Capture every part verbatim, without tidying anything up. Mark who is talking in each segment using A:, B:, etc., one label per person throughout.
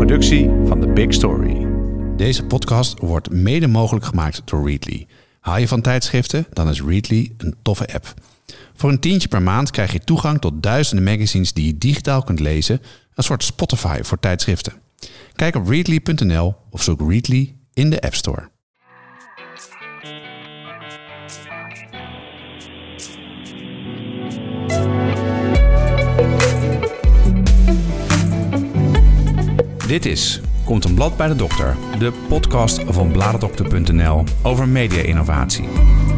A: productie van The Big Story.
B: Deze podcast wordt mede mogelijk gemaakt door Readly. Hou je van tijdschriften? Dan is Readly een toffe app. Voor een tientje per maand krijg je toegang tot duizenden magazines die je digitaal kunt lezen. Een soort Spotify voor tijdschriften. Kijk op readly punt n l of zoek Readly in de App Store. Dit is Komt een blad bij de dokter, de podcast van bladerdokter punt n l over media-innovatie.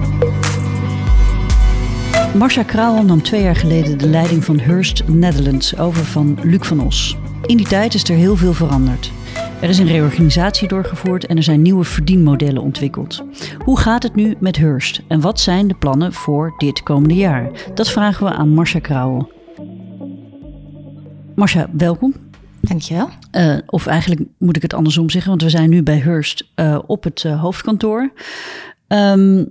C: Marcia Krauwel nam twee jaar geleden de leiding van Hearst Netherlands over van Luc van Os. In die tijd is er heel veel veranderd. Er is een reorganisatie doorgevoerd en er zijn nieuwe verdienmodellen ontwikkeld. Hoe gaat het nu met Hearst en wat zijn de plannen voor dit komende jaar? Dat vragen we aan Marcia Krauwel. Marcia, welkom.
D: Dankjewel.
C: Uh, of eigenlijk moet ik het andersom zeggen, want we zijn nu bij Hearst uh, op het uh, hoofdkantoor. Um,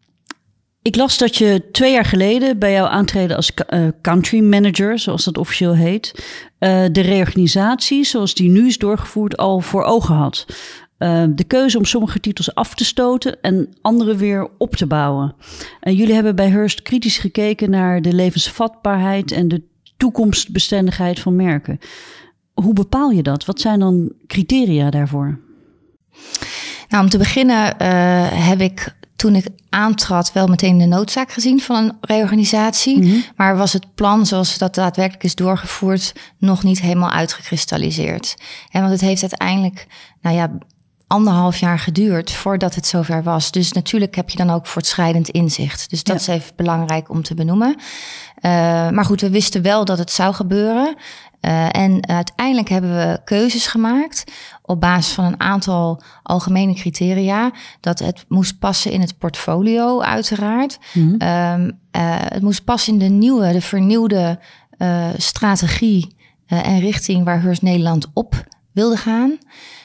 C: ik las dat je twee jaar geleden bij jouw aantreden als uh, country manager, zoals dat officieel heet, uh, de reorganisatie zoals die nu is doorgevoerd al voor ogen had. Uh, de keuze om sommige titels af te stoten en andere weer op te bouwen. En jullie hebben bij Hearst kritisch gekeken naar de levensvatbaarheid en de toekomstbestendigheid van merken. Hoe bepaal je dat? Wat zijn dan criteria daarvoor?
D: Nou, om te beginnen uh, heb ik toen ik aantrad wel meteen de noodzaak gezien van een reorganisatie. Mm-hmm. Maar was het plan zoals dat daadwerkelijk is doorgevoerd nog niet helemaal uitgekristalliseerd. En want het heeft uiteindelijk, nou ja, anderhalf jaar geduurd voordat het zover was. Dus natuurlijk heb je dan ook voortschrijdend inzicht. Dus dat ja. is even belangrijk om te benoemen. Uh, maar goed, we wisten wel dat het zou gebeuren. Uh, en uiteindelijk hebben we keuzes gemaakt op basis van een aantal algemene criteria. Dat het moest passen in het portfolio uiteraard. Mm-hmm. Um, uh, het moest passen in de nieuwe, de vernieuwde uh, strategie uh, en richting waar Hearst Nederland op wilde gaan.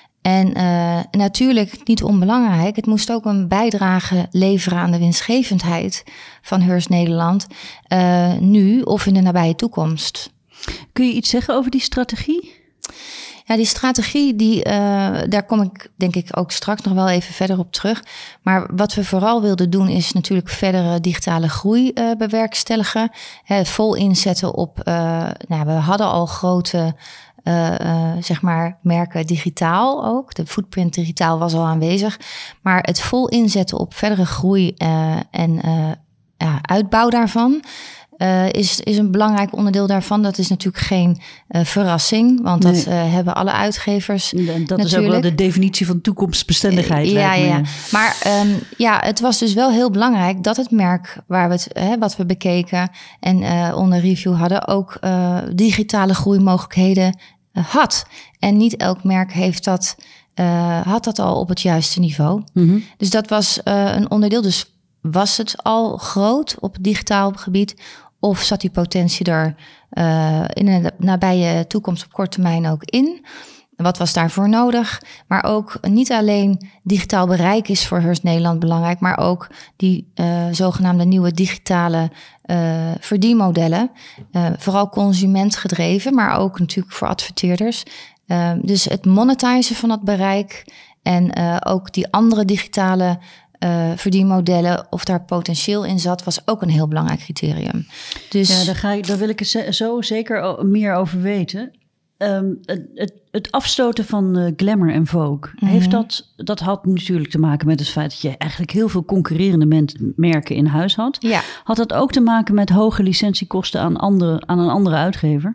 D: En uh, natuurlijk niet onbelangrijk, het moest ook een bijdrage leveren aan de winstgevendheid van Hearst Nederland, uh, nu of in de nabije toekomst.
C: Kun je iets zeggen over die strategie?
D: Ja, die strategie, die, uh, daar kom ik denk ik ook straks nog wel even verder op terug. Maar wat we vooral wilden doen is natuurlijk verdere digitale groei uh, bewerkstelligen. Hè, vol inzetten op, uh, nou, we hadden al grote Uh, uh, zeg maar merken digitaal ook. De footprint digitaal was al aanwezig. Maar het vol inzetten op verdere groei uh, en uh, ja, uitbouw daarvan uh, is, is een belangrijk onderdeel daarvan. Dat is natuurlijk geen uh, verrassing, want nee. dat uh, hebben alle uitgevers.
C: Dat
D: natuurlijk.
C: is ook wel de definitie van toekomstbestendigheid.
D: Uh, ja, ja. Maar um, ja, het was dus wel heel belangrijk dat het merk waar we het, hè, wat we bekeken en uh, onder review hadden, ook uh, digitale groeimogelijkheden uh, had. En niet elk merk heeft dat, uh, had dat al op het juiste niveau. Mm-hmm. Dus dat was uh, een onderdeel. Dus was het al groot op het digitaal gebied? Of zat die potentie er uh, in de nabije toekomst op korte termijn ook in? Wat was daarvoor nodig? Maar ook niet alleen digitaal bereik is voor Hearst Nederland belangrijk, maar ook die uh, zogenaamde nieuwe digitale uh, verdienmodellen. Uh, vooral consumentgedreven, maar ook natuurlijk voor adverteerders. Uh, dus het monetizen van dat bereik en uh, ook die andere digitale Uh, verdienmodellen, of daar potentieel in zat, was ook een heel belangrijk criterium. Dus
C: ja, daar, ga ik, daar wil ik het zo zeker meer over weten. Um, het, het, het afstoten van uh, Glamour en Vogue, mm-hmm. heeft dat, dat had natuurlijk te maken met het feit dat je eigenlijk heel veel concurrerende men- merken in huis had.
D: Ja.
C: Had dat ook te maken met hoge licentiekosten aan, andere, aan een andere uitgever?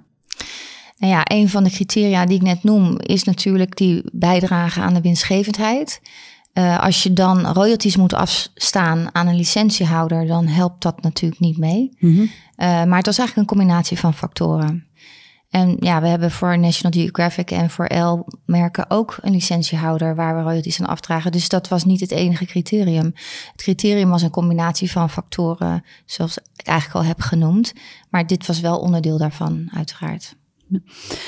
D: Nou ja, een van de criteria die ik net noem is natuurlijk die bijdrage aan de winstgevendheid. Uh, als je dan royalties moet afstaan aan een licentiehouder, dan helpt dat natuurlijk niet mee. Mm-hmm. Uh, maar het was eigenlijk een combinatie van factoren. En ja, we hebben voor National Geographic en voor Elle merken ook een licentiehouder waar we royalties aan afdragen. Dus dat was niet het enige criterium. Het criterium was een combinatie van factoren, zoals ik eigenlijk al heb genoemd. Maar dit was wel onderdeel daarvan, uiteraard.
C: Ja.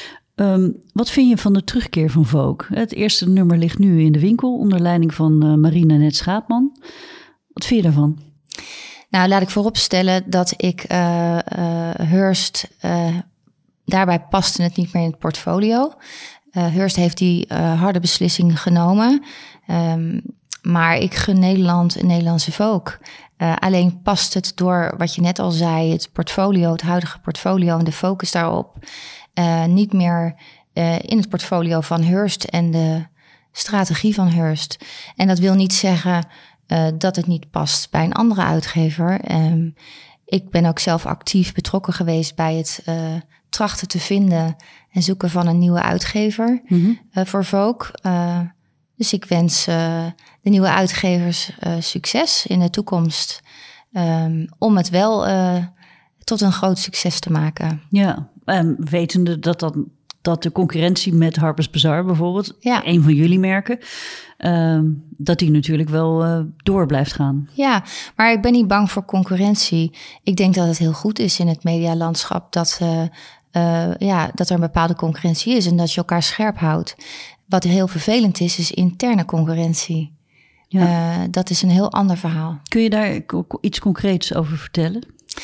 C: Um, wat vind je van de terugkeer van Vogue? Het eerste nummer ligt nu in de winkel onder leiding van uh, Marina Net Schaapman. Wat vind je daarvan?
D: Nou, laat ik vooropstellen dat ik uh, uh, Hearst, uh, daarbij paste het niet meer in het portfolio. Uh, Hearst heeft die uh, harde beslissing genomen. Um, maar ik gun Nederland een Nederlandse Vogue. Uh, alleen past het door wat je net al zei, het portfolio, het huidige portfolio en de focus daarop, uh, niet meer uh, in het portfolio van Hearst en de strategie van Hearst. En dat wil niet zeggen uh, dat het niet past bij een andere uitgever. Um, ik ben ook zelf actief betrokken geweest bij het uh, trachten te vinden en zoeken van een nieuwe uitgever mm-hmm. uh, voor Vogue. Uh, dus ik wens uh, de nieuwe uitgevers uh, succes in de toekomst. Um, om het wel uh, tot een groot succes te maken.
C: Ja, um, wetende dat, dat, dat de concurrentie met Harper's Bazaar bijvoorbeeld,
D: ja.
C: een van jullie merken, um, dat die natuurlijk wel uh, door blijft gaan.
D: Ja, maar ik ben niet bang voor concurrentie. Ik denk dat het heel goed is in het medialandschap dat, uh, uh, ja, dat er een bepaalde concurrentie is en dat je elkaar scherp houdt. Wat heel vervelend is, is interne concurrentie. Ja. Uh, dat is een heel ander verhaal.
C: Kun je daar iets concreets over vertellen?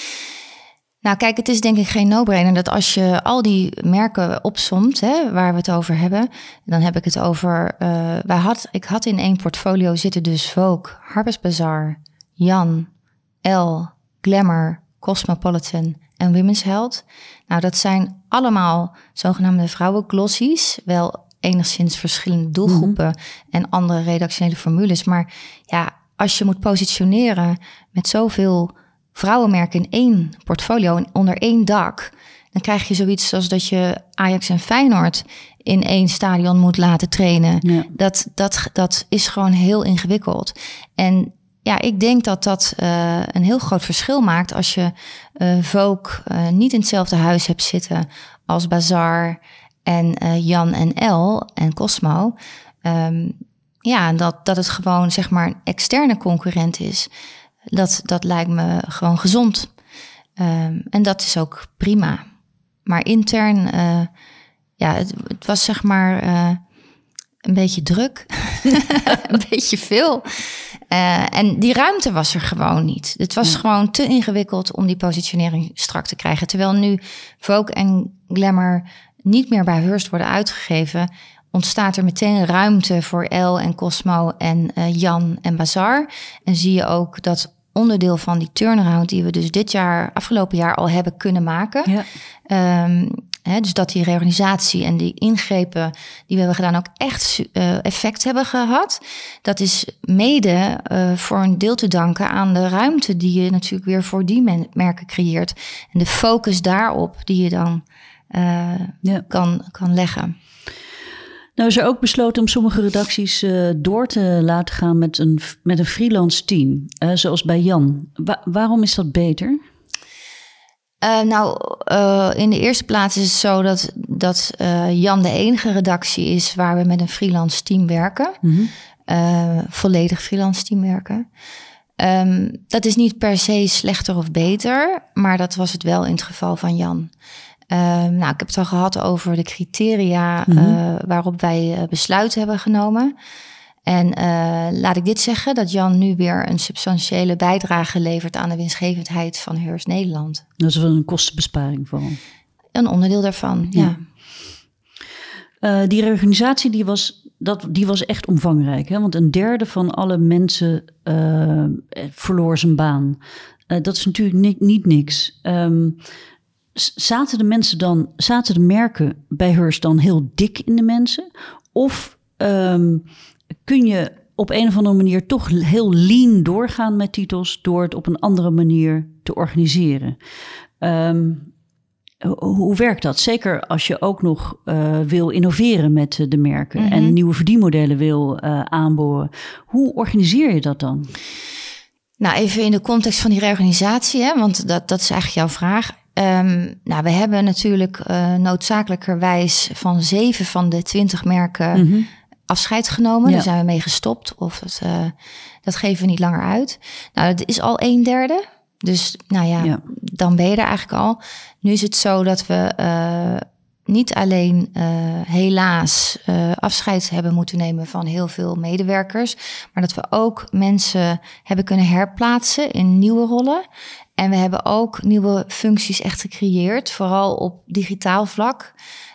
D: Nou kijk, het is denk ik geen no-brainer dat als je al die merken opsomt, hè, waar we het over hebben, dan heb ik het over, uh, wij had, ik had in één portfolio zitten dus Vogue, Harper's Bazaar, Jan, Elle, Glamour, Cosmopolitan en Women's Health. Nou, dat zijn allemaal zogenaamde vrouwenglossies, wel enigszins verschillende doelgroepen mm-hmm. en andere redactionele formules. Maar ja, als je moet positioneren met zoveel vrouwenmerken in één portfolio en onder één dak, dan krijg je zoiets als dat je Ajax en Feyenoord in één stadion moet laten trainen. Ja. Dat, dat, dat is gewoon heel ingewikkeld. En ja, ik denk dat dat uh, een heel groot verschil maakt als je uh, Vogue uh, niet in hetzelfde huis hebt zitten als Bazaar en uh, Jan en Elle en Cosmo. Um, ja, dat, dat het gewoon zeg maar een externe concurrent is. Dat, dat lijkt me gewoon gezond. Um, en dat is ook prima. Maar intern, uh, ja, het, het was zeg maar uh, een beetje druk. een beetje veel. Uh, en die ruimte was er gewoon niet. Het was ja. gewoon te ingewikkeld om die positionering strak te krijgen. Terwijl nu Vogue en Glamour niet meer bij Hearst worden uitgegeven, ontstaat er meteen ruimte voor Elle en Cosmo en uh, Jan en Bazaar. En zie je ook dat onderdeel van die turnaround die we dus dit jaar, afgelopen jaar al hebben kunnen maken. Ja. Um, hè, dus dat die reorganisatie en die ingrepen die we hebben gedaan ook echt uh, effect hebben gehad. Dat is mede uh, voor een deel te danken aan de ruimte die je natuurlijk weer voor die men- merken creëert. En de focus daarop die je dan uh, ja. kan, kan leggen.
C: Nou is er ook besloten om sommige redacties uh, door te laten gaan met een, met een freelance team. Uh, zoals bij Jan. Wa- waarom is dat beter?
D: Uh, nou, uh, in de eerste plaats is het zo dat, dat uh, Jan de enige redactie is waar we met een freelance team werken. Mm-hmm. Uh, volledig freelance team werken. Um, dat is niet per se slechter of beter, maar dat was het wel in het geval van Jan. Uh, nou, ik heb het al gehad over de criteria mm-hmm. uh, waarop wij uh, besluiten hebben genomen. En uh, laat ik dit zeggen, dat Jan nu weer een substantiële bijdrage levert aan de winstgevendheid van Hearst Nederland.
C: Dat is wel een kostenbesparing vooral.
D: Een onderdeel daarvan, ja.
C: ja. Uh, die reorganisatie die was, dat, die was echt omvangrijk. Hè? Want een derde van alle mensen uh, verloor zijn baan. Uh, dat is natuurlijk ni- niet niks. Um, Zaten de mensen dan, zaten de merken bij Hearst dan heel dik in de mensen? Of um, kun je op een of andere manier toch heel lean doorgaan met titels door het op een andere manier te organiseren? Um, hoe, hoe werkt dat? Zeker als je ook nog uh, wil innoveren met de merken mm-hmm. en nieuwe verdienmodellen wil uh, aanboren. Hoe organiseer je dat dan?
D: Nou, even in de context van die reorganisatie, hè, want dat, dat is eigenlijk jouw vraag. Um, nou, we hebben natuurlijk uh, noodzakelijkerwijs van zeven van de twintig merken mm-hmm. afscheid genomen. Ja. Daar zijn we mee gestopt of dat, uh, dat geven we niet langer uit. Nou, dat is al een derde. Dus nou ja, ja, dan ben je er eigenlijk al. Nu is het zo dat we uh, niet alleen uh, helaas uh, afscheid hebben moeten nemen van heel veel medewerkers, maar dat we ook mensen hebben kunnen herplaatsen in nieuwe rollen. En we hebben ook nieuwe functies echt gecreëerd, vooral op digitaal vlak.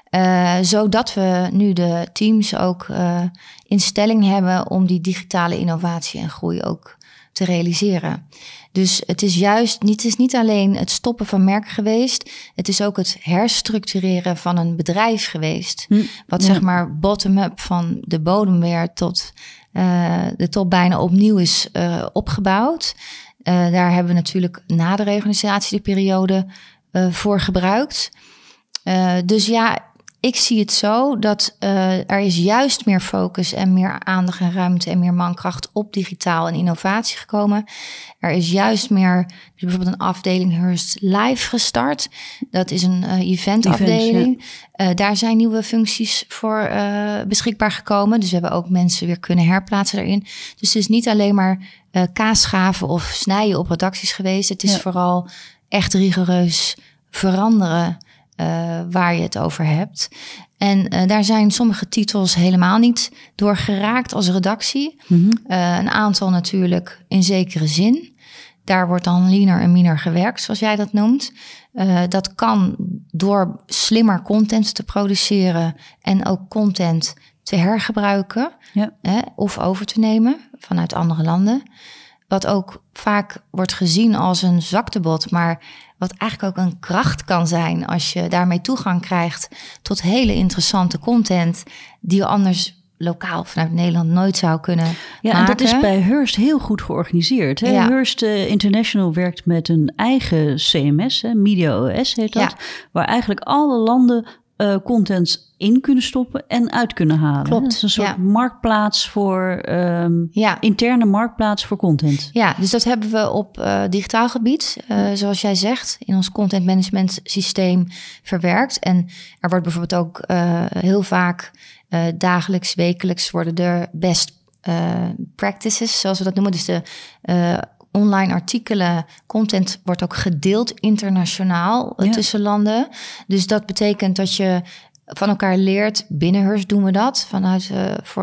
D: Uh, zodat we nu de teams ook uh, in stelling hebben om die digitale innovatie en groei ook te realiseren. Dus het is juist niet, het is niet alleen het stoppen van merken geweest. Het is ook het herstructureren van een bedrijf geweest. Hm, wat ja. zeg maar bottom-up van de bodem weer tot uh, de top bijna opnieuw is uh, opgebouwd. Uh, daar hebben we natuurlijk na de reorganisatie de periode uh, voor gebruikt. Uh, dus ja, ik zie het zo dat uh, er is juist meer focus en meer aandacht en ruimte en meer mankracht op digitaal en innovatie gekomen. Er is juist meer, dus bijvoorbeeld een afdeling Hearst Live gestart. Dat is een uh, eventafdeling. Events, ja. uh, daar zijn nieuwe functies voor uh, beschikbaar gekomen. Dus we hebben ook mensen weer kunnen herplaatsen daarin. Dus het is niet alleen maar uh, kaasschaven of snijden op redacties geweest. Het is ja. vooral echt rigoureus veranderen. Uh, waar je het over hebt. En uh, daar zijn sommige titels helemaal niet door geraakt als redactie. Mm-hmm. Uh, een aantal natuurlijk in zekere zin. Daar wordt dan leaner en meaner gewerkt, zoals jij dat noemt. Uh, dat kan door slimmer content te produceren en ook content te hergebruiken. Ja. Hè, of over te nemen vanuit andere landen. Wat ook vaak wordt gezien als een zwaktebod, maar wat eigenlijk ook een kracht kan zijn als je daarmee toegang krijgt tot hele interessante content die je anders lokaal vanuit Nederland nooit zou kunnen
C: ja,
D: maken.
C: En dat is bij Hearst heel goed georganiseerd. Hè? Ja. Hearst uh, International werkt met een eigen C M S, hè? Media O S heet dat, ja. waar eigenlijk alle landen uh, content in kunnen stoppen en uit kunnen halen.
D: Klopt.
C: Het is een soort
D: ja.
C: marktplaats voor um,
D: ja.
C: interne marktplaats voor content.
D: Ja, dus dat hebben we op uh, digitaal gebied, uh, zoals jij zegt, in ons content management systeem verwerkt. En er wordt bijvoorbeeld ook uh, heel vaak uh, dagelijks, wekelijks worden er best uh, practices, zoals we dat noemen. Dus de uh, online artikelen, content wordt ook gedeeld internationaal uh, ja. tussen landen. Dus dat betekent dat je van elkaar leert. Binnen Hearst doen we dat vanuit uh, voor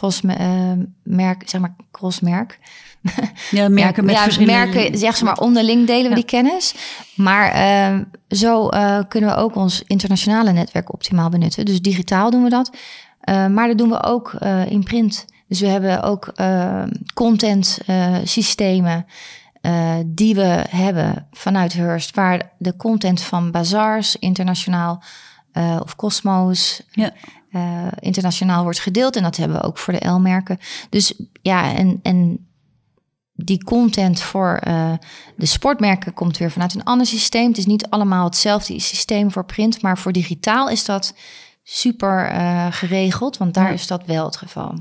D: crossmerk, uh, zeg maar crossmerk.
C: Ja, merken met
D: ja,
C: verschillende
D: merken, zeg maar onderling delen we ja. die kennis. Maar uh, zo uh, kunnen we ook ons internationale netwerk optimaal benutten. Dus digitaal doen we dat. Uh, maar dat doen we ook uh, in print. Dus we hebben ook uh, content uh, systemen uh, die we hebben vanuit Hearst, waar de content van bazaars internationaal Uh, of Cosmos ja. uh, internationaal wordt gedeeld. En dat hebben we ook voor de L-merken. Dus ja, en, en die content voor uh, de sportmerken komt weer vanuit een ander systeem. Het is niet allemaal hetzelfde systeem voor print, maar voor digitaal is dat super uh, geregeld, want daar ja. is dat wel het geval.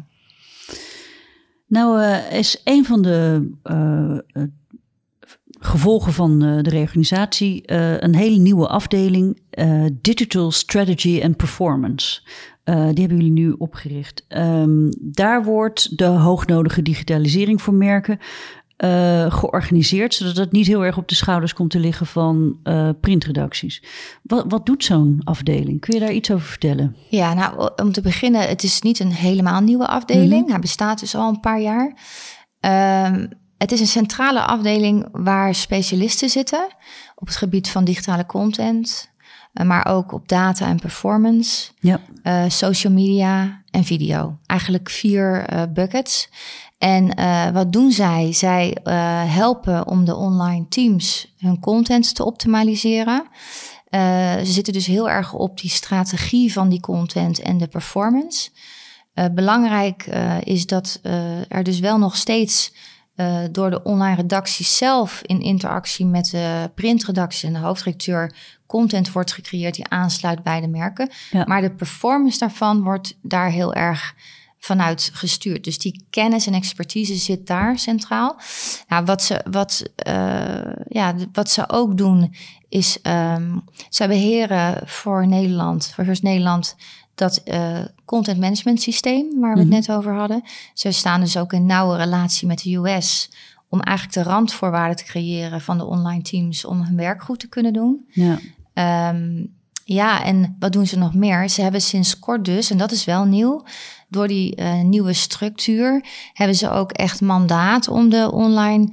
C: Nou uh, is een van de uh, gevolgen van uh, de reorganisatie uh, een hele nieuwe afdeling, uh, Digital Strategy and Performance. Uh, die hebben jullie nu opgericht. Um, daar wordt de hoognodige digitalisering voor merken uh, georganiseerd, zodat het niet heel erg op de schouders komt te liggen van uh, printredacties. Wat, wat doet zo'n afdeling? Kun je daar iets over vertellen?
D: Ja, nou, om te beginnen, het is niet een helemaal nieuwe afdeling. Mm-hmm. Hij bestaat dus al een paar jaar. Um, Het is een centrale afdeling waar specialisten zitten op het gebied van digitale content, maar ook op data en performance, ja. uh, social media en video. Eigenlijk vier uh, buckets. En uh, wat doen zij? Zij uh, helpen om de online teams hun content te optimaliseren. Uh, ze zitten dus heel erg op die strategie van die content en de performance. Uh, belangrijk uh, is dat uh, er dus wel nog steeds Uh, door de online redactie zelf in interactie met de printredactie en de hoofdredacteur content wordt gecreëerd die aansluit bij de merken. Ja. Maar de performance daarvan wordt daar heel erg vanuit gestuurd. Dus die kennis en expertise zit daar centraal. Nou, wat ze, wat, uh, ja, wat ze ook doen is, um, zij beheren voor Nederland, voor Hearst Nederland, dat uh, content management systeem waar we het mm-hmm. net over hadden. Ze staan dus ook in nauwe relatie met de U S om eigenlijk de randvoorwaarden te creëren van de online teams om hun werk goed te kunnen doen. Ja, um, ja en wat doen ze nog meer? Ze hebben sinds kort dus, en dat is wel nieuw, door die uh, nieuwe structuur hebben ze ook echt mandaat om de online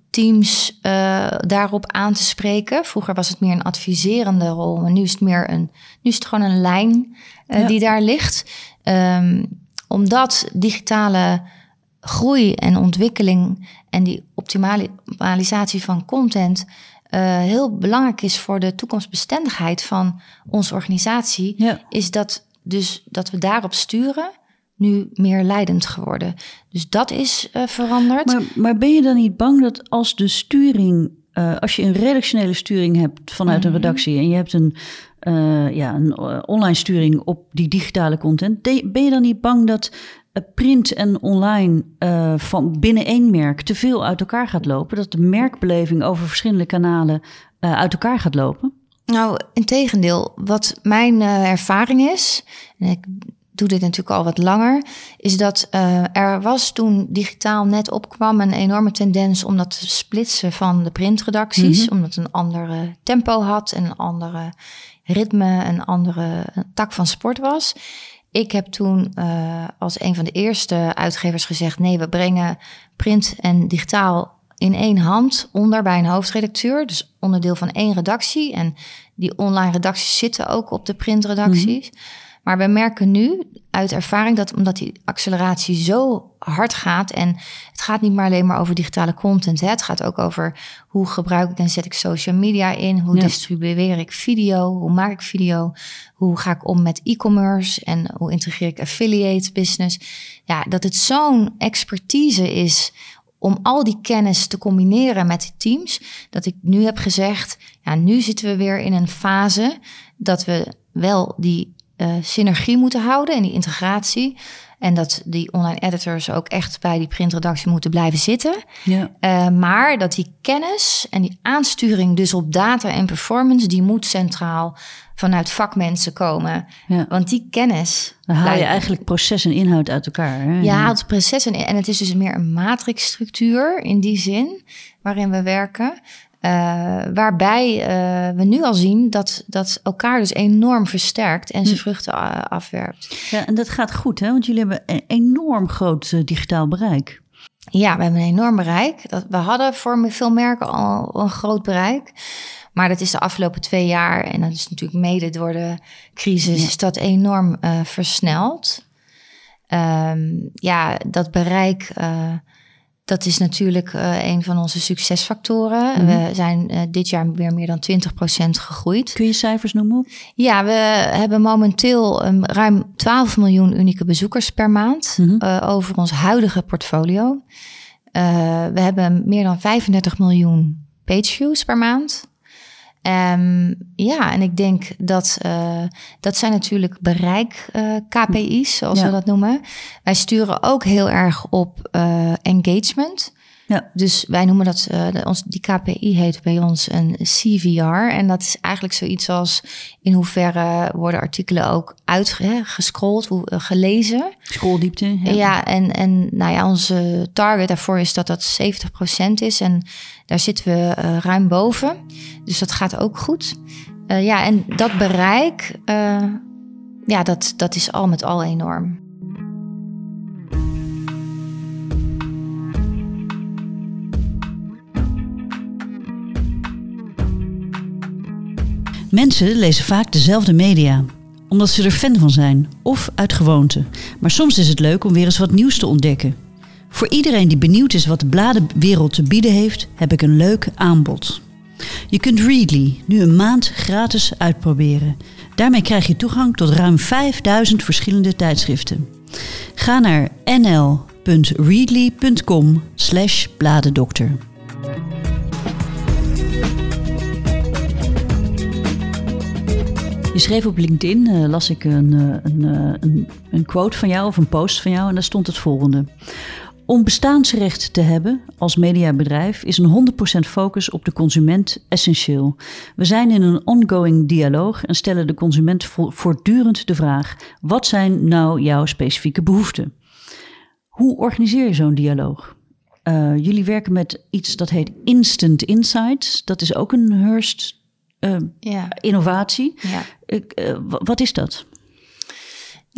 D: teams uh, daarop aan te spreken. Vroeger was het meer een adviserende rol, maar nu is het meer een, nu is het gewoon een lijn uh, ja. die daar ligt. Um, omdat digitale groei en ontwikkeling en die optimalisatie van content uh, heel belangrijk is voor de toekomstbestendigheid van onze organisatie, ja. is dat dus dat we daarop sturen nu meer leidend geworden. Dus dat is uh, veranderd.
C: Maar, maar ben je dan niet bang dat als de sturing, uh, als je een redactionele sturing hebt vanuit mm-hmm. een redactie en je hebt een, uh, ja, een online sturing op die digitale content, de, ben je dan niet bang dat print en online uh, van binnen één merk te veel uit elkaar gaat lopen? Dat de merkbeleving over verschillende kanalen uh, uit elkaar gaat lopen?
D: Nou, integendeel. Wat mijn uh, ervaring is, en ik doe dit natuurlijk al wat langer, is dat uh, er was toen digitaal net opkwam een enorme tendens om dat te splitsen van de printredacties, mm-hmm. omdat het een andere tempo had en een andere ritme, een andere tak van sport was. Ik heb toen uh, als een van de eerste uitgevers gezegd, nee, we brengen print en digitaal in één hand onder bij een hoofdredacteur. Dus onderdeel van één redactie. En die online redacties zitten ook op de printredacties. Mm-hmm. Maar we merken nu uit ervaring dat omdat die acceleratie zo hard gaat, en het gaat niet maar alleen maar over digitale content. Hè. Het gaat ook over hoe gebruik ik en zet ik social media in, hoe ja. distribueer ik video, hoe maak ik video, hoe ga ik om met e-commerce en hoe integreer ik affiliate business. Ja, dat het zo'n expertise is om al die kennis te combineren met die teams, dat ik nu heb gezegd, ja, nu zitten we weer in een fase dat we wel die Uh, synergie moeten houden en die integratie. En dat die online editors ook echt bij die printredactie moeten blijven zitten. Ja. Uh, maar dat die kennis en die aansturing dus op data en performance, die moet centraal vanuit vakmensen komen. Ja. Want die kennis...
C: Dan haal je eigenlijk proces en inhoud uit elkaar. Hè?
D: Ja, haalt proces en, en het is dus meer een matrixstructuur in die zin waarin we werken. Uh, waarbij uh, we nu al zien dat, dat elkaar dus enorm versterkt en zijn vruchten uh, afwerpt.
C: Ja, en dat gaat goed, hè? Want jullie hebben een enorm groot uh, digitaal bereik.
D: Ja, we hebben een enorm bereik. Dat, we hadden voor veel merken al een groot bereik. Maar dat is de afgelopen twee jaar, en dat is natuurlijk mede door de crisis, ja. is dat enorm uh, versneld. Um, ja, dat bereik... Uh, Dat is natuurlijk uh, een van onze succesfactoren. Mm-hmm. We zijn uh, dit jaar weer meer dan twintig procent gegroeid.
C: Kun je cijfers noemen?
D: Ja, we hebben momenteel um, ruim twaalf miljoen unieke bezoekers per maand mm-hmm. uh, over ons huidige portfolio. Uh, we hebben meer dan vijfendertig miljoen pageviews per maand. Um, ja, en ik denk dat uh, dat zijn natuurlijk bereik uh, K P I's, zoals ja. we dat noemen. Wij sturen ook heel erg op uh, engagement. Ja. Dus wij noemen dat, uh, de, ons, die K P I heet bij ons een C V R. En dat is eigenlijk zoiets als in hoeverre worden artikelen ook uitgescrolld, uh, gelezen.
C: Scrolldiepte. Ja,
D: ja en, en nou ja, onze target daarvoor is dat dat zeventig procent is. En daar zitten we uh, ruim boven. Dus dat gaat ook goed. Uh, ja, en dat bereik, uh, ja, dat, dat is al met al enorm.
C: Mensen lezen vaak dezelfde media, omdat ze er fan van zijn of uit gewoonte. Maar soms is het leuk om weer eens wat nieuws te ontdekken. Voor iedereen die benieuwd is wat de bladenwereld te bieden heeft, heb ik een leuk aanbod. Je kunt Readly nu een maand gratis uitproberen. Daarmee krijg je toegang tot ruim vijfduizend verschillende tijdschriften. Ga naar nl.readly.com slash bladendokter. Je schreef op LinkedIn, uh, las ik een, een, een, een quote van jou of een post van jou en daar stond het volgende. Om bestaansrecht te hebben als mediabedrijf is een honderd procent focus op de consument essentieel. We zijn in een ongoing dialoog en stellen de consument voortdurend de vraag: wat zijn nou jouw specifieke behoeften? Hoe organiseer je zo'n dialoog? Uh, jullie werken met iets dat heet Instant Insights. Dat is ook een Hearst Uh, ja. innovatie. Ja. Uh, uh, wat is dat?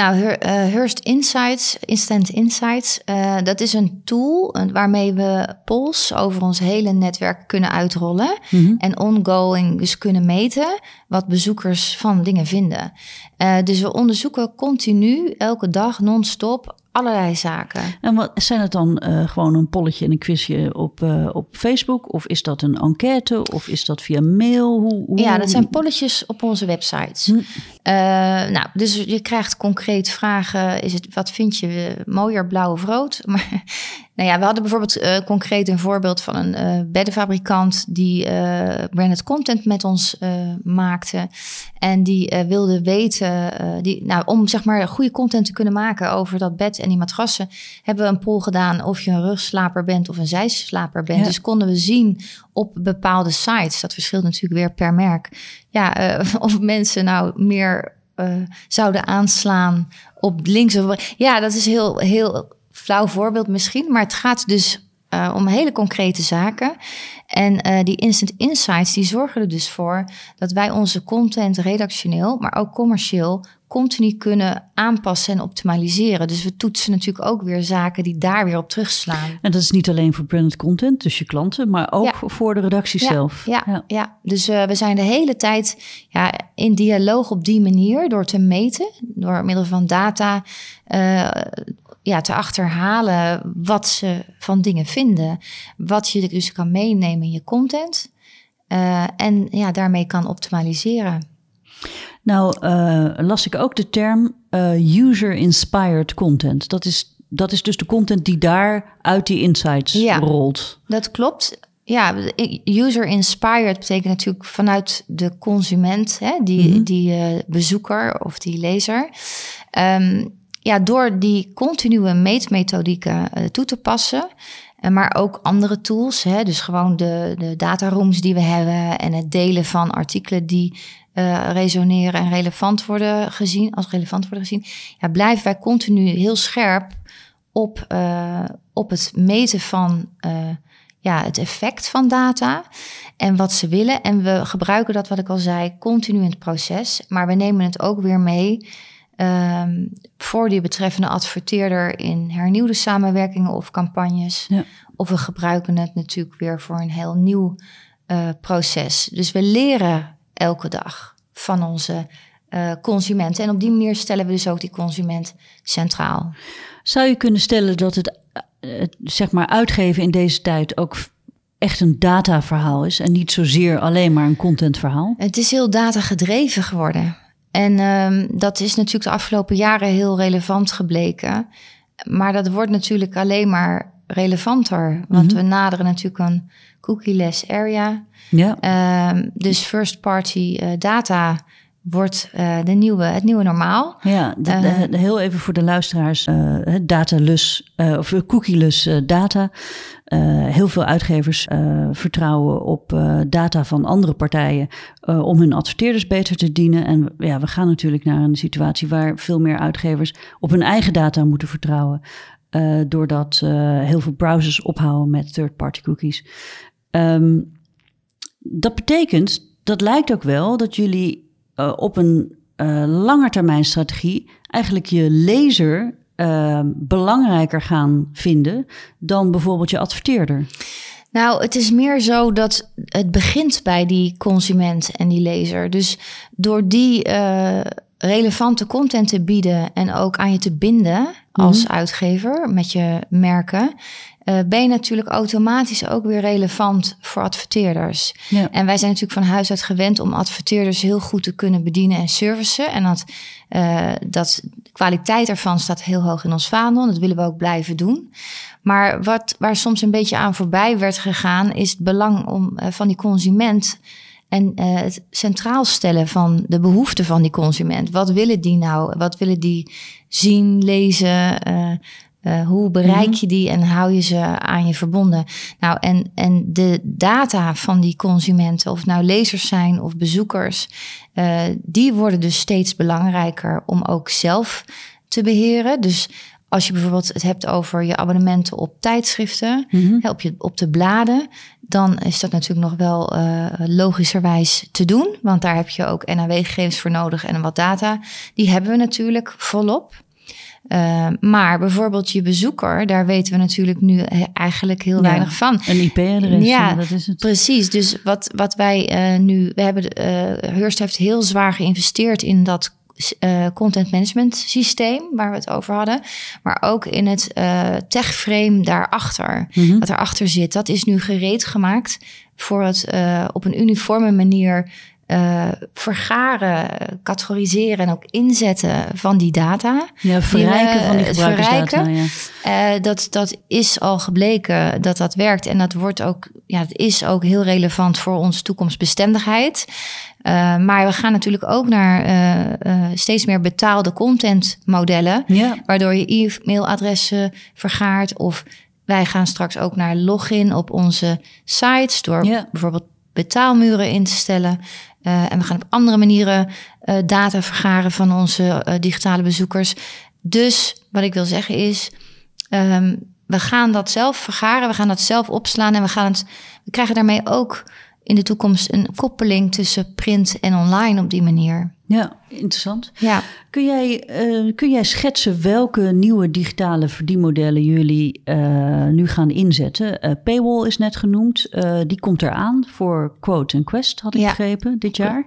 D: Nou, uh, Hearst Insights, Instant Insights, uh, dat is een tool waarmee we polls over ons hele netwerk kunnen uitrollen. Mm-hmm. En ongoing dus kunnen meten wat bezoekers van dingen vinden. Uh, dus we onderzoeken continu, elke dag, non-stop, allerlei zaken.
C: En wat zijn het dan uh, gewoon een polletje en een quizje op, uh, op Facebook? Of is dat een enquête? Of is dat via mail? Hoe, hoe...
D: Ja, dat zijn polletjes op onze websites. Hm. Uh, nou, dus je krijgt concreet vragen. Is het, wat vind je mooier, blauw of rood? Maar, nou ja, we hadden bijvoorbeeld uh, concreet een voorbeeld van een uh, beddenfabrikant die uh, branded content met ons uh, maakte. En die uh, wilde weten, uh, die, nou, om zeg maar goede content te kunnen maken over dat bed en die matrassen, hebben we een poll gedaan of je een rugslaper bent of een zijslaper bent. Ja. Dus konden we zien op bepaalde sites, dat verschilt natuurlijk weer per merk, ja, uh, of mensen nou meer uh, zouden aanslaan op links of ja, dat is heel, heel flauw voorbeeld misschien, maar het gaat dus uh, om hele concrete zaken. En uh, die Instant Insights, die zorgen er dus voor dat wij onze content redactioneel, maar ook commercieel continu kunnen aanpassen en optimaliseren. Dus we toetsen natuurlijk ook weer zaken die daar weer op terugslaan.
C: En dat is niet alleen voor branded content, dus je klanten, maar ook ja. voor de redactie
D: ja,
C: zelf.
D: Ja, ja. ja. Dus uh, we zijn de hele tijd ja, in dialoog op die manier, door te meten, door middel van data, uh, ja, te achterhalen wat ze van dingen vinden. Wat je dus kan meenemen in je content. Uh, en ja, daarmee kan optimaliseren.
C: Nou, uh, las ik ook de term uh, user-inspired content. Dat is, dat is dus de content die daar uit die insights
D: ja,
C: rolt.
D: Dat klopt. Ja, user-inspired betekent natuurlijk vanuit de consument, hè, die, mm-hmm. die uh, bezoeker of die lezer. Um, ja, door die continue meetmethodieken uh, toe te passen, maar ook andere tools, hè, dus gewoon de, de datarooms die we hebben en het delen van artikelen die uh, resoneren en relevant worden gezien, als relevant worden gezien, ja, blijven wij continu heel scherp op, uh, op het meten van uh, ja, het effect van data en wat ze willen. En we gebruiken dat, wat ik al zei, continu in het proces, maar we nemen het ook weer mee Um, voor die betreffende adverteerder in hernieuwde samenwerkingen of campagnes. Ja. Of we gebruiken het natuurlijk weer voor een heel nieuw uh, proces. Dus we leren elke dag van onze uh, consumenten. En op die manier stellen we dus ook die consument centraal.
C: Zou je kunnen stellen dat het, uh, zeg maar, uitgeven in deze tijd ook echt een dataverhaal is en niet zozeer alleen maar een contentverhaal?
D: Het is heel datagedreven geworden. En um, dat is natuurlijk de afgelopen jaren heel relevant gebleken. Maar dat wordt natuurlijk alleen maar relevanter. Want mm-hmm. we naderen natuurlijk een cookie-less area. Ja. Um, dus first-party uh, data wordt uh, de nieuwe, het nieuwe normaal.
C: Ja, de, de, de, heel even voor de luisteraars. Uh, dataless, uh, of cookie-less uh, data. Uh, heel veel uitgevers uh, vertrouwen op uh, data van andere partijen uh, om hun adverteerders beter te dienen. En ja, we gaan natuurlijk naar een situatie waar veel meer uitgevers op hun eigen data moeten vertrouwen. Uh, doordat uh, heel veel browsers ophouden met third-party cookies. Um, dat betekent, dat lijkt ook wel dat jullie uh, op een uh, langetermijnstrategie eigenlijk je lezer Uh, belangrijker gaan vinden dan bijvoorbeeld je adverteerder?
D: Nou, het is meer zo dat het begint bij die consument en die lezer. Dus door die uh, relevante content te bieden en ook aan je te binden als mm-hmm. uitgever met je merken, Uh, ben je natuurlijk automatisch ook weer relevant voor adverteerders. Ja. En wij zijn natuurlijk van huis uit gewend om adverteerders heel goed te kunnen bedienen en servicen. En dat, uh, dat de kwaliteit ervan staat heel hoog in ons vaandel. Dat willen we ook blijven doen. Maar wat, waar soms een beetje aan voorbij werd gegaan, is het belang om, uh, van die consument en uh, het centraal stellen van de behoeften van die consument. Wat willen die nou? Wat willen die zien, lezen? Uh, Uh, hoe bereik je die en hou je ze aan je verbonden? Nou, en, en de data van die consumenten, of het nou lezers zijn of bezoekers, uh, die worden dus steeds belangrijker om ook zelf te beheren. Dus als je bijvoorbeeld het hebt over je abonnementen op tijdschriften, mm-hmm. op, je, op de bladen, dan is dat natuurlijk nog wel uh, logischerwijs te doen. Want daar heb je ook N A W-gegevens voor nodig en wat data. Die hebben we natuurlijk volop. Uh, maar bijvoorbeeld je bezoeker, daar weten we natuurlijk nu eigenlijk heel ja, weinig van.
C: Een I P-adres,
D: ja,
C: dat is het.
D: Precies. Dus wat, wat wij uh, nu... We hebben, uh, Hearst heeft heel zwaar geïnvesteerd in dat uh, content management systeem waar we het over hadden. Maar ook in het uh, tech-frame daarachter. Mm-hmm. Wat daarachter zit, dat is nu gereed gemaakt voor het uh, op een uniforme manier Uh, vergaren, categoriseren en ook inzetten van die data.
C: Ja, verrijken
D: die, uh,
C: van die gebruikersdata.
D: Ja. Uh, dat, dat is al gebleken dat dat werkt. En dat wordt ook, ja, het is ook heel relevant voor onze toekomstbestendigheid. Uh, maar we gaan natuurlijk ook naar uh, uh, steeds meer betaalde contentmodellen. Ja. Waardoor je e-mailadressen vergaart. Of wij gaan straks ook naar login op onze sites. Door ja. bijvoorbeeld betaalmuren in te stellen. Uh, en we gaan op andere manieren uh, data vergaren van onze uh, digitale bezoekers. Dus wat ik wil zeggen is, um, we gaan dat zelf vergaren, we gaan dat zelf opslaan en we gaan het, we krijgen daarmee ook in de toekomst een koppeling tussen print en online op die manier.
C: Ja, interessant.
D: Ja.
C: Kun jij, uh, kun jij schetsen welke nieuwe digitale verdienmodellen jullie uh, nu gaan inzetten? Uh, Paywall is net genoemd. Uh, die komt eraan voor Quote en Quest, had ik ja. begrepen, dit jaar.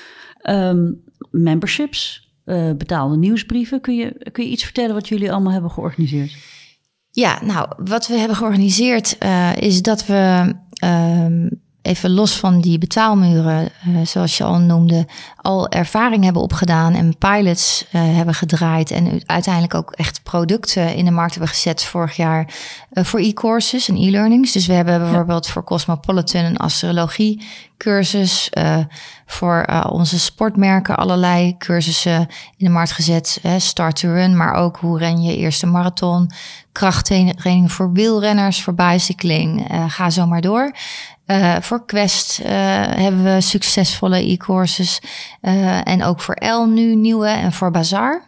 C: Um, memberships, uh, betaalde nieuwsbrieven. Kun je, kun je iets vertellen wat jullie allemaal hebben georganiseerd?
D: Ja, nou, wat we hebben georganiseerd uh, is dat we... Uh, Even los van die betaalmuren, uh, zoals je al noemde, al ervaring hebben opgedaan en pilots uh, hebben gedraaid en uiteindelijk ook echt producten in de markt hebben gezet vorig jaar uh, voor e-courses en e-learnings. Dus we hebben bijvoorbeeld ja. voor Cosmopolitan een astrologie cursus, uh, voor uh, onze sportmerken allerlei cursussen in de markt gezet. Hè, start to run, maar ook hoe ren je eerste marathon, krachttrainingen voor wielrenners, voor bicycling, uh, ga zo maar door. Uh, voor Quest uh, hebben we succesvolle e-courses. Uh, en ook voor Elle nu nieuwe en voor Bazaar.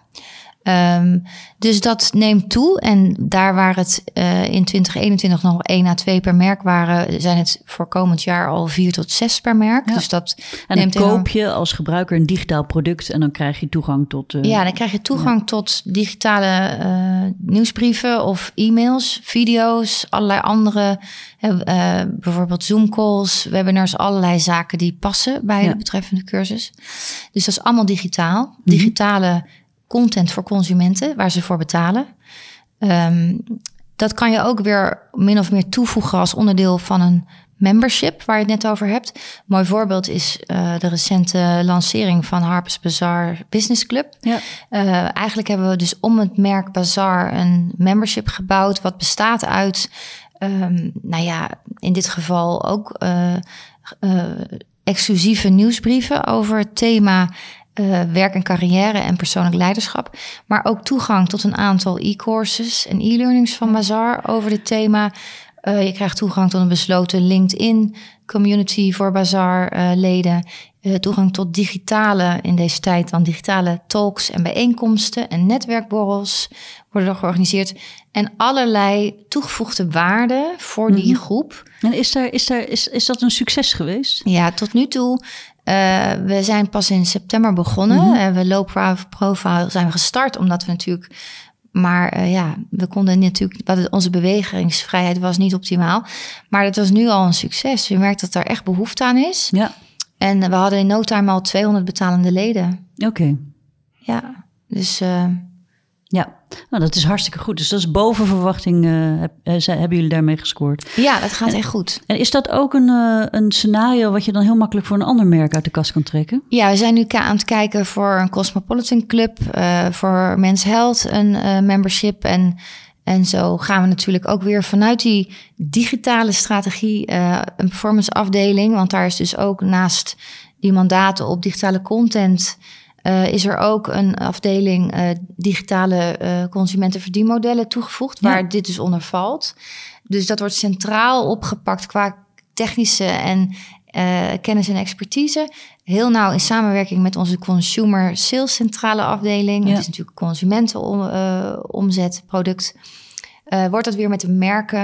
D: Um, dus dat neemt toe. En daar waar het uh, in twintig eenentwintig nog één à twee per merk waren, zijn het voor komend jaar al vier tot zes per merk. Ja. Dus dat
C: en dan koop je enorm... als gebruiker een digitaal product en dan krijg je tobijvoorbeeld toegang tot... Uh...
D: Ja, dan krijg je toegang ja. tot digitale uh, nieuwsbrieven of e-mails, video's, allerlei andere... Uh, bijvoorbeeld Zoom-calls, webinars, allerlei zaken die passen bij ja. de betreffende cursus. Dus dat is allemaal digitaal. Mm-hmm. Digitale content voor consumenten, waar ze voor betalen. Um, dat kan je ook weer min of meer toevoegen als onderdeel van een membership, waar je het net over hebt. Een mooi voorbeeld is uh, de recente lancering van Harper's Bazaar Business Club. Ja. Uh, eigenlijk hebben we dus om het merk Bazaar een membership gebouwd, wat bestaat uit... Um, nou ja, in dit geval ook uh, uh, exclusieve nieuwsbrieven over het thema uh, werk en carrière en persoonlijk leiderschap. Maar ook toegang tot een aantal e-courses en e-learnings van Bazaar over dit thema. Uh, je krijgt toegang tot een besloten LinkedIn community voor Bazaar uh, leden. Uh, toegang tot digitale, in deze tijd dan digitale talks en bijeenkomsten en netwerkborrels worden er georganiseerd. En allerlei toegevoegde waarde voor mm-hmm. die groep.
C: En is, daar, is, daar, is, is dat een succes geweest?
D: Ja, tot nu toe. Uh, we zijn pas in september begonnen. Mm-hmm. Uh, we low profile zijn we gestart, omdat we natuurlijk... Maar uh, ja, we konden natuurlijk... Onze bewegingsvrijheid was niet optimaal. Maar het was nu al een succes. Je merkt dat er echt behoefte aan is. Ja. En we hadden in no time al tweehonderd betalende leden.
C: Oké. Okay.
D: Ja, dus... Uh,
C: ja, nou, dat is hartstikke goed. Dus dat is boven verwachting. Uh, heb, uh, hebben jullie daarmee gescoord?
D: Ja, dat gaat
C: en,
D: echt goed.
C: En is dat ook een, uh, een scenario wat je dan heel makkelijk voor een ander merk uit de kast kan trekken?
D: Ja, we zijn nu aan het kijken voor een Cosmopolitan Club, uh, voor Men's Health een uh, membership. En, en zo gaan we natuurlijk ook weer vanuit die digitale strategie uh, een performance afdeling. Want daar is dus ook naast die mandaten op digitale content... Uh, is er ook een afdeling uh, digitale uh, consumentenverdienmodellen toegevoegd, waar ja. dit dus onder valt. Dus dat wordt centraal opgepakt qua technische en uh, kennis en expertise. Heel nauw in samenwerking met onze consumer sales centrale afdeling. Ja. Het is natuurlijk consumentenomzet, uh, product. Uh, wordt dat weer met de merken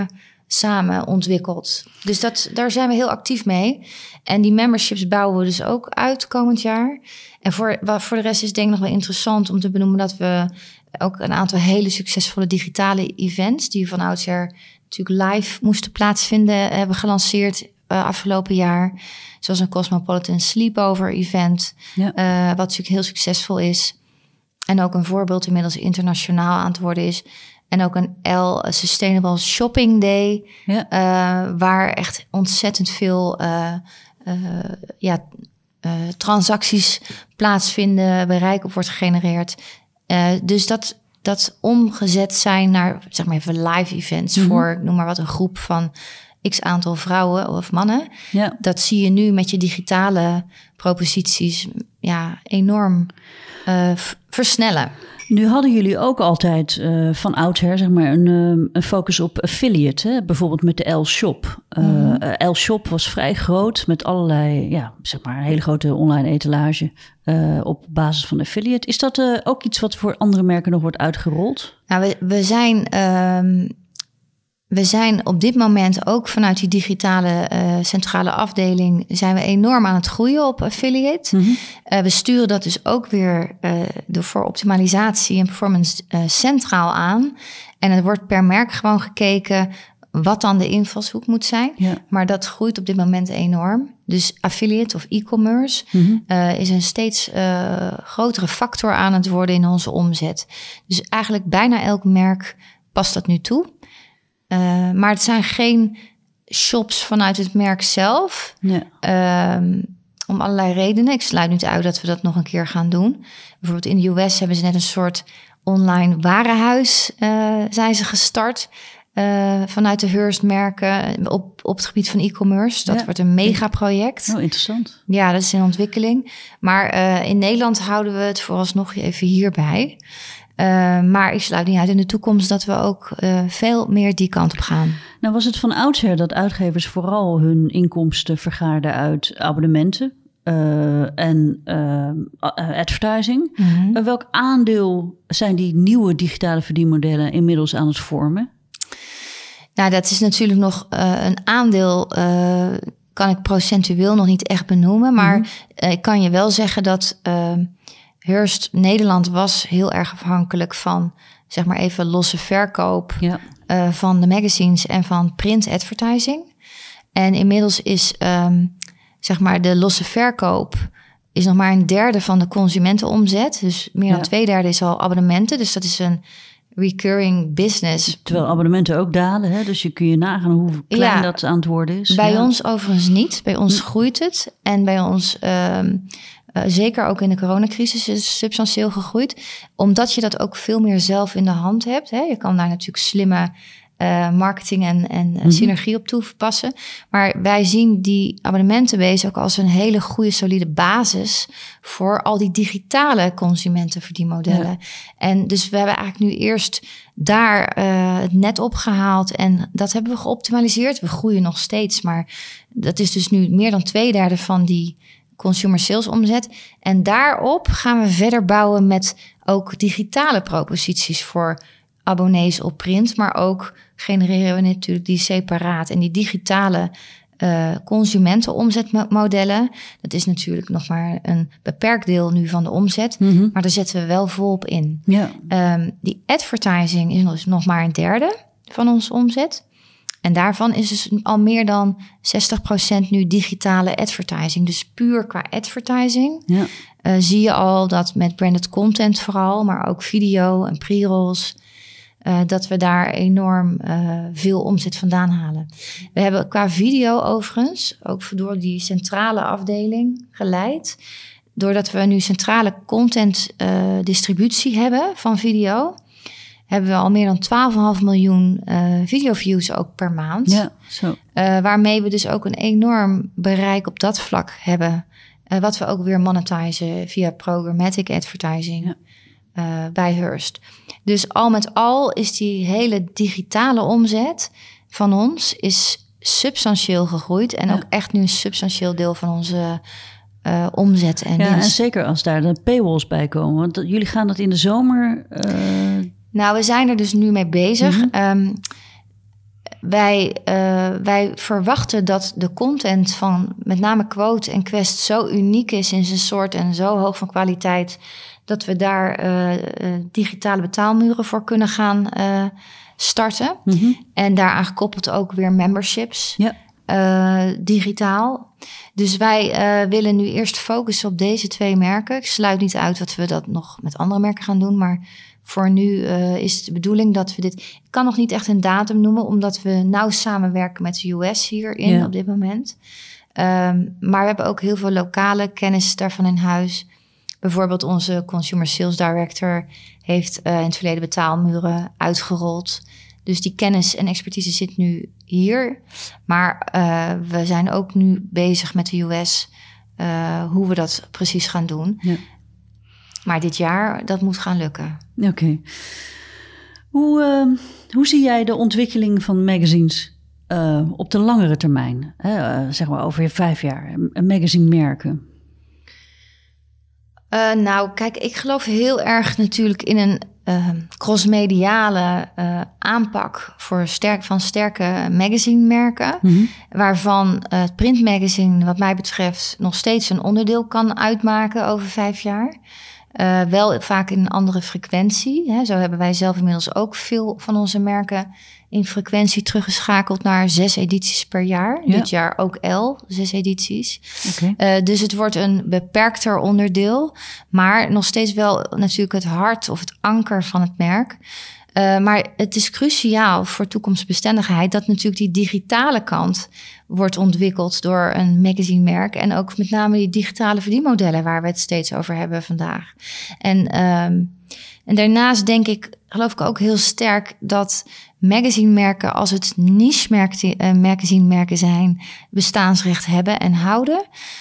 D: samen ontwikkeld. Dus dat, daar zijn we heel actief mee. En die memberships bouwen we dus ook uit komend jaar. En voor, voor de rest is het denk ik nog wel interessant om te benoemen dat we ook een aantal hele succesvolle digitale events, die van oudsher natuurlijk live moesten plaatsvinden, hebben gelanceerd uh, afgelopen jaar. Zoals een Cosmopolitan Sleepover event, ja. uh, wat natuurlijk heel succesvol is. En ook een voorbeeld inmiddels internationaal aan het worden is. En ook een L Sustainable Shopping Day, ja. uh, waar echt ontzettend veel uh, uh, ja, uh, transacties plaatsvinden, bereik op wordt gegenereerd. Uh, dus dat, dat omgezet zijn naar, zeg maar even live events mm-hmm. voor, ik noem maar wat, een groep van x aantal vrouwen of mannen. Ja. Dat zie je nu met je digitale proposities ja, enorm uh, f- versnellen.
C: Nu hadden jullie ook altijd uh, van oudsher zeg maar een, uh, een focus op affiliate. Hè? Bijvoorbeeld met de L-Shop. Uh, mm. uh, L-Shop was vrij groot met allerlei, ja, zeg maar een hele grote online etalage uh, op basis van affiliate. Is dat uh, ook iets wat voor andere merken nog wordt uitgerold?
D: Nou, we, we zijn... Um... We zijn op dit moment ook vanuit die digitale uh, centrale afdeling zijn we enorm aan het groeien op affiliate. Mm-hmm. Uh, we sturen dat dus ook weer uh, door voor optimalisatie en performance uh, centraal aan. En er wordt per merk gewoon gekeken wat dan de invalshoek moet zijn. Ja. Maar dat groeit op dit moment enorm. Dus affiliate of e-commerce mm-hmm. uh, is een steeds uh, grotere factor aan het worden in onze omzet. Dus eigenlijk bijna elk merk past dat nu toe. Uh, maar het zijn geen shops vanuit het merk zelf. Ja. Um, om allerlei redenen. Ik sluit niet uit dat we dat nog een keer gaan doen. Bijvoorbeeld in de U S hebben ze net een soort online warenhuis uh, zijn ze gestart. Uh, vanuit de Hearst-merken op, op het gebied van e-commerce. Dat ja. wordt een megaproject.
C: Oh, interessant.
D: Ja, dat is in ontwikkeling. Maar uh, in Nederland houden we het vooralsnog even hierbij. Uh, maar ik sluit niet uit in de toekomst dat we ook uh, veel meer die kant op gaan.
C: Nou was het van oudsher dat uitgevers vooral hun inkomsten vergaarden uit abonnementen uh, en uh, advertising. Mm-hmm. Uh, welk aandeel zijn die nieuwe digitale verdienmodellen inmiddels aan het vormen?
D: Nou, dat is natuurlijk nog uh, een aandeel, uh, kan ik procentueel nog niet echt benoemen. Maar mm-hmm. uh, ik kan je wel zeggen dat Uh, Hearst Nederland was heel erg afhankelijk van, zeg maar even, losse verkoop ja. uh, van de magazines en van print advertising. En inmiddels is, um, zeg maar, de losse verkoop is nog maar een derde van de consumentenomzet. Dus meer dan ja. twee derde is al abonnementen. Dus dat is een recurring business.
C: Terwijl abonnementen ook dalen, hè? Dus je kun je nagaan hoe klein ja, dat aan het worden is.
D: Bij
C: ja.
D: ons overigens niet. Bij ons groeit het. En bij ons Um, Uh, zeker ook in de coronacrisis is het substantieel gegroeid. Omdat je dat ook veel meer zelf in de hand hebt. Hè. Je kan daar natuurlijk slimme uh, marketing en, en mm-hmm. synergie op toepassen. Maar wij zien die abonnementenbase ook als een hele goede, solide basis voor al die digitale consumentenverdienmodellen. Ja. En dus we hebben eigenlijk nu eerst daar uh, het net opgehaald en dat hebben we geoptimaliseerd. We groeien nog steeds, maar dat is dus nu meer dan twee derde van die consumer sales omzet. En daarop gaan we verder bouwen met ook digitale proposities voor abonnees op print. Maar ook genereren we natuurlijk die separaat. En die digitale uh, consumentenomzetmodellen, dat is natuurlijk nog maar een beperkt deel nu van de omzet. Mm-hmm. Maar daar zetten we wel volop in. Ja. Um, die advertising is nog maar een derde van onze omzet. En daarvan is dus al meer dan zestig procent nu digitale advertising. Dus puur qua advertising ja. uh, zie je al dat met branded content vooral, maar ook video en pre-rolls, uh, dat we daar enorm uh, veel omzet vandaan halen. We hebben qua video overigens, ook door die centrale afdeling geleid, doordat we nu centrale content uh, distributie hebben van video, hebben we al meer dan twaalf komma vijf miljoen uh, videoviews ook per maand. Ja, zo. Uh, waarmee we dus ook een enorm bereik op dat vlak hebben. Uh, wat we ook weer monetizen via programmatic advertising ja. uh, bij Hearst. Dus al met al is die hele digitale omzet van ons is substantieel gegroeid. En ja. ook echt nu een substantieel deel van onze uh, omzet en
C: ja,
D: winst.
C: En zeker als daar de paywalls bij komen. Want jullie gaan dat in de zomer Uh...
D: Nou, we zijn er dus nu mee bezig. Mm-hmm. Um, wij, uh, wij verwachten dat de content van met name Quote en Quest zo uniek is in zijn soort en zo hoog van kwaliteit, dat we daar uh, uh, digitale betaalmuren voor kunnen gaan uh, starten. Mm-hmm. En daaraan gekoppeld ook weer memberships, ja. uh, digitaal. Dus wij uh, willen nu eerst focussen op deze twee merken. Ik sluit niet uit dat we dat nog met andere merken gaan doen, maar voor nu uh, is het de bedoeling dat we dit... Ik kan nog niet echt een datum noemen, omdat we nauw samenwerken met de U S hierin ja. op dit moment. Um, maar we hebben ook heel veel lokale kennis daarvan in huis. Bijvoorbeeld onze Consumer Sales Director heeft uh, in het verleden betaalmuren uitgerold. Dus die kennis en expertise zit nu hier. Maar uh, we zijn ook nu bezig met de U S uh, hoe we dat precies gaan doen. Ja. Maar dit jaar, dat moet gaan lukken.
C: Oké. Okay. Hoe, uh, hoe zie jij de ontwikkeling van magazines uh, op de langere termijn? Uh, zeg maar over vijf jaar, een magazinemerken.
D: Uh, nou, kijk, ik geloof heel erg natuurlijk in een uh, crossmediale uh, aanpak voor sterk, van sterke magazinemerken. Mm-hmm. Waarvan uh, het printmagazine, wat mij betreft, nog steeds een onderdeel kan uitmaken over vijf jaar. Uh, wel vaak in een andere frequentie. Hè. Zo hebben wij zelf inmiddels ook veel van onze merken in frequentie teruggeschakeld naar zes edities per jaar. Ja. Dit jaar ook L, zes edities. Okay. Uh, dus het wordt een beperkter onderdeel, maar nog steeds wel natuurlijk het hart of het anker van het merk. Uh, maar het is cruciaal voor toekomstbestendigheid dat natuurlijk die digitale kant wordt ontwikkeld door een magazinemerk. En ook met name die digitale verdienmodellen waar we het steeds over hebben vandaag. En, um, en daarnaast denk ik, geloof ik ook heel sterk dat magazinemerken, als het niche uh, magazinemerken zijn, bestaansrecht hebben en houden.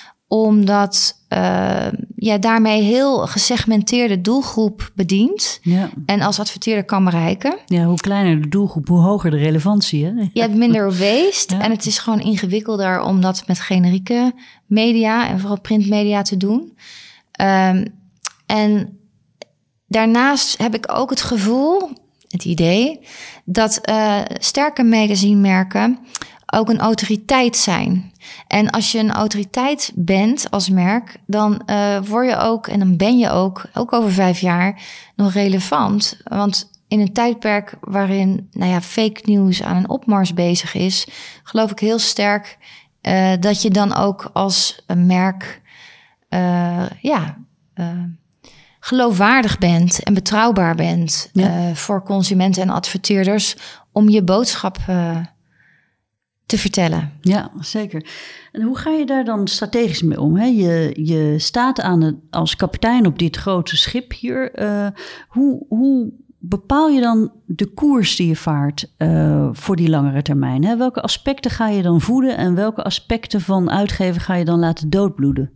D: Omdat uh, ja, daarmee heel gesegmenteerde doelgroep bedient. Ja. En als adverteerder kan bereiken.
C: Ja, hoe kleiner de doelgroep, hoe hoger de relevantie. Hè?
D: Je hebt minder waste. Ja. En het is gewoon ingewikkelder om dat met generieke media en vooral printmedia te doen. Um, en daarnaast heb ik ook het gevoel, het idee, dat uh, sterke magazinemerken ook een autoriteit zijn. En als je een autoriteit bent als merk, dan uh, word je ook, en dan ben je ook, ook over vijf jaar, nog relevant. Want in een tijdperk waarin nou ja, fake news aan een opmars bezig is, geloof ik heel sterk uh, dat je dan ook als een merk uh, ja, uh, geloofwaardig bent en betrouwbaar bent ja. uh, voor consumenten en adverteerders om je boodschap uh, te vertellen.
C: Ja, zeker. En hoe ga je daar dan strategisch mee om? Hè? Je, je staat aan het, als kapitein op dit grote schip hier. Uh, hoe, hoe bepaal je dan de koers die je vaart uh, voor die langere termijn? Hè? Welke aspecten ga je dan voeden en welke aspecten van uitgeven ga je dan laten doodbloeden?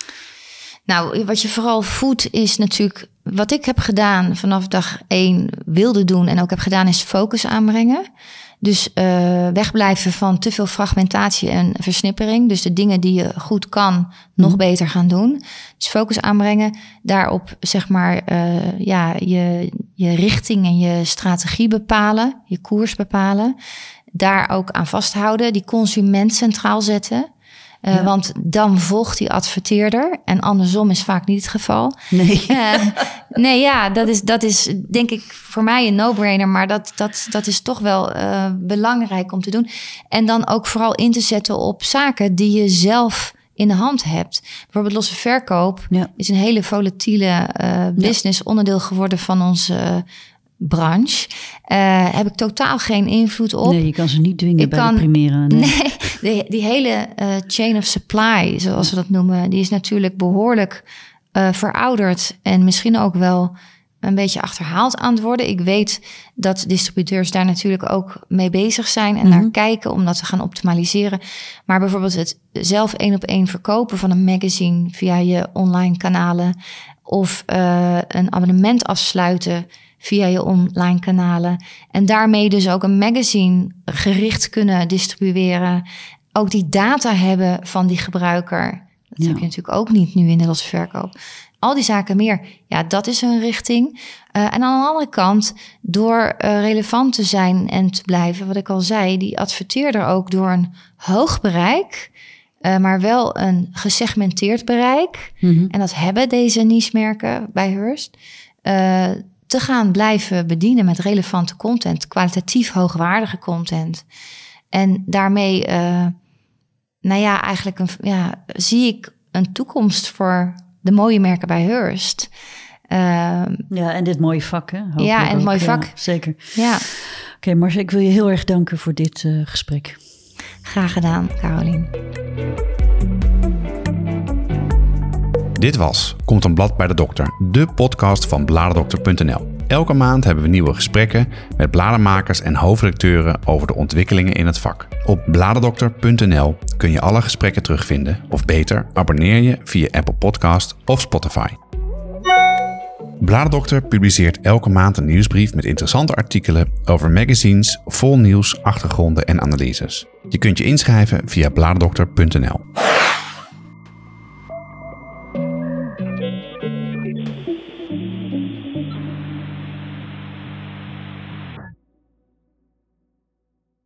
D: Nou, wat je vooral voedt is natuurlijk, wat ik heb gedaan vanaf dag één wilde doen en ook heb gedaan, is focus aanbrengen. Dus uh, wegblijven van te veel fragmentatie en versnippering. Dus de dingen die je goed kan, nog mm. beter gaan doen. Dus focus aanbrengen. Daarop zeg maar uh, ja, je, je richting en je strategie bepalen. Je koers bepalen. Daar ook aan vasthouden. Die consument centraal zetten. Uh, ja. Want dan volgt die adverteerder. En andersom is vaak niet het geval.
C: Nee,
D: uh, nee ja, dat is, dat is denk ik voor mij een no-brainer. Maar dat, dat, dat is toch wel uh, belangrijk om te doen. En dan ook vooral in te zetten op zaken die je zelf in de hand hebt. Bijvoorbeeld losse verkoop ja. is een hele volatiele uh, business. Ja. Onderdeel geworden van onze uh, branche. Uh, heb ik totaal geen invloed op.
C: Nee, je kan ze niet dwingen
D: ik
C: bij
D: kan,
C: de primeren. Nee,
D: nee die, die hele uh, chain of supply, zoals we dat noemen, die is natuurlijk behoorlijk uh, verouderd en misschien ook wel een beetje achterhaald aan het worden. Ik weet dat distributeurs daar natuurlijk ook mee bezig zijn en mm-hmm. naar kijken om dat te gaan optimaliseren. Maar bijvoorbeeld het zelf één op één verkopen van een magazine via je online kanalen of uh, een abonnement afsluiten via je online kanalen. En daarmee dus ook een magazine gericht kunnen distribueren. Ook die data hebben van die gebruiker. Dat ja. heb je natuurlijk ook niet nu in de losse verkoop. Al die zaken meer, ja, dat is een richting. Uh, en aan de andere kant, door uh, relevant te zijn en te blijven, wat ik al zei, die adverteerder ook door een hoog bereik, uh, maar wel een gesegmenteerd bereik. Mm-hmm. En dat hebben deze niche-merken bij Hearst. Uh, te gaan blijven bedienen met relevante content, kwalitatief hoogwaardige content. En daarmee, uh, nou ja, eigenlijk een, ja, zie ik een toekomst voor de mooie merken bij Hearst. Uh,
C: ja, en dit mooie vak, hè? Hopelijk
D: ja, en het mooie vak.
C: Ja, zeker.
D: Ja.
C: Oké, okay, Marcia, ik wil je heel erg danken voor dit uh, gesprek.
D: Graag gedaan, Carolien.
B: Dit was Komt een blad bij de dokter, de podcast van bladerdokter punt n l. Elke maand hebben we nieuwe gesprekken met bladermakers en hoofdredacteuren over de ontwikkelingen in het vak. Op bladerdokter punt n l kun je alle gesprekken terugvinden, of beter, abonneer je via Apple Podcast of Spotify. Bladerdokter publiceert elke maand een nieuwsbrief met interessante artikelen over magazines, vol nieuws, achtergronden en analyses. Je kunt je inschrijven via bladerdokter punt n l.